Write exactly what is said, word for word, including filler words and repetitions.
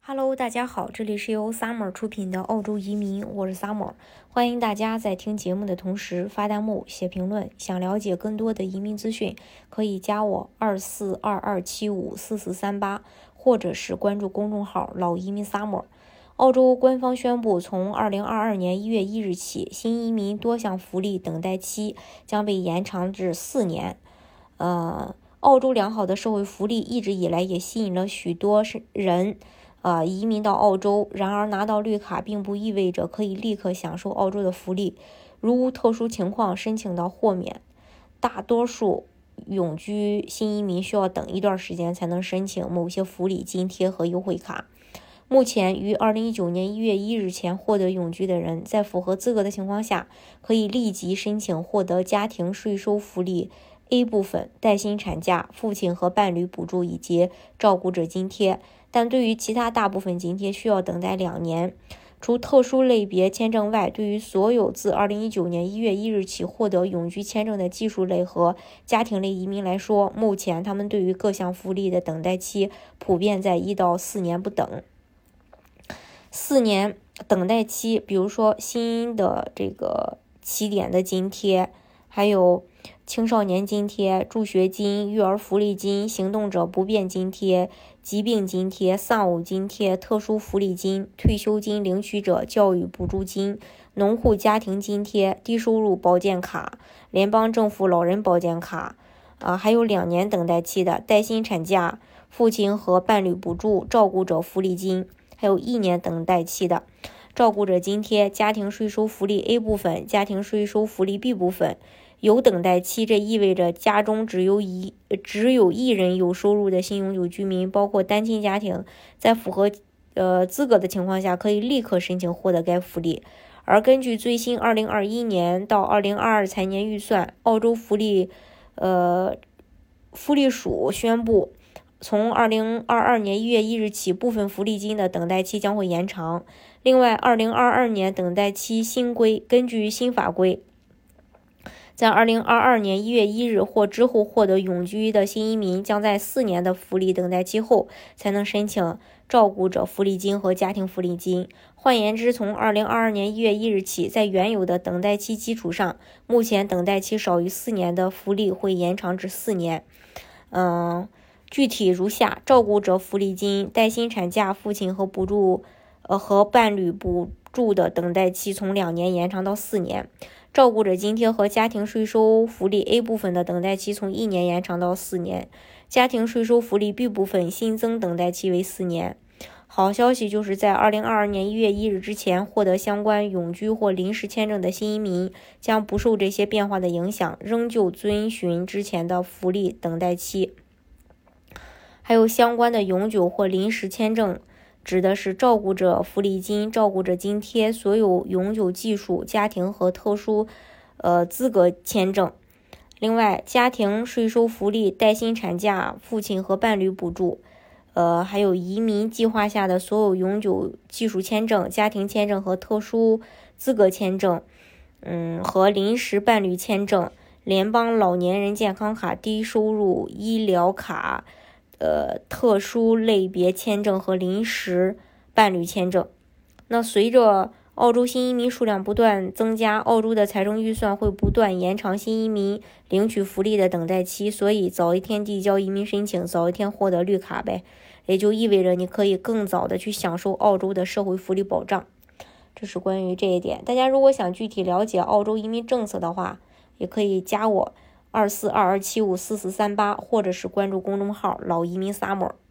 Hello， 大家好，这里是由 Summer 出品的澳洲移民，我是 Summer， 欢迎大家在听节目的同时发弹幕、写评论。想了解更多的移民资讯，可以加我二四二二七五四四三八，或者是关注公众号老移民 Summer。澳洲官方宣布，从二零二二年一月一日起，新移民多项福利等待期将被延长至四年。呃，澳洲良好的社会福利一直以来也吸引了许多人。呃，移民到澳洲，然而拿到绿卡并不意味着可以立刻享受澳洲的福利，如无特殊情况申请到豁免。大多数永居新移民需要等一段时间才能申请某些福利津贴和优惠卡。目前于二零一九年一月一日前获得永居的人，在符合资格的情况下，可以立即申请获得家庭税收福利 A 部分、带薪产假、父亲和伴侣补助以及照顾者津贴。但对于其他大部分津贴需要等待两年。除特殊类别签证外，对于所有自二零一九年一月一日起获得永居签证的技术类和家庭类移民来说，目前他们对于各项福利的等待期普遍在一到四年不等。四年等待期，比如说新的这个起点的津贴，还有青少年津贴、助学金、育儿福利金、行动者不便津贴、疾病津贴、丧偶津贴、特殊福利金、退休金领取者教育补助金、农户家庭津贴、低收入保健卡、联邦政府老人保健卡，啊，还有两年等待期的带薪产假、父亲和伴侣补助、照顾者福利金，还有一年等待期的照顾者津贴、家庭税收福利 A 部分、家庭税收福利 B 部分。有等待期，这意味着家中只有一只有一人有收入的新永久居民，包括单亲家庭，在符合呃资格的情况下，可以立刻申请获得该福利。而根据最新二零二一年到二零二二财年预算，澳洲福利呃福利署宣布，从二零二二年一月一日起，部分福利金的等待期将会延长。另外，二零二二年等待期新规，根据新法规。在二零二二年一月一日或之后获得永居的新移民，将在四年的福利等待期后才能申请照顾者福利金和家庭福利金。换言之，从二零二二年一月一日起，在原有的等待期基础上，目前等待期少于四年的福利会延长至四年。嗯，具体如下：照顾者福利金、带薪产假、父亲和补助呃和伴侣补助的等待期从两年延长到四年。照顾者津贴和家庭税收福利 A 部分的等待期从一年延长到四年，家庭税收福利 B 部分新增等待期为四年。好消息就是在二零二二年一月一日之前获得相关永居或临时签证的新移民将不受这些变化的影响，仍旧遵循之前的福利等待期。还有相关的永久或临时签证指的是照顾者福利金、照顾者津贴、所有永久技术、家庭和特殊呃资格签证。另外，家庭税收福利、带薪产假、父亲和伴侣补助，呃，还有移民计划下的所有永久技术签证、家庭签证和特殊资格签证，嗯，和临时伴侣签证、联邦老年人健康卡、低收入医疗卡。呃，特殊类别签证和临时伴侣签证。那随着澳洲新移民数量不断增加，澳洲的财政预算会不断延长新移民领取福利的等待期，所以早一天递交移民申请，早一天获得绿卡呗，也就意味着你可以更早的去享受澳洲的社会福利保障。这是关于这一点。大家如果想具体了解澳洲移民政策的话，也可以加我二四二二七五四四三八，或者是关注公众号老移民 Summer。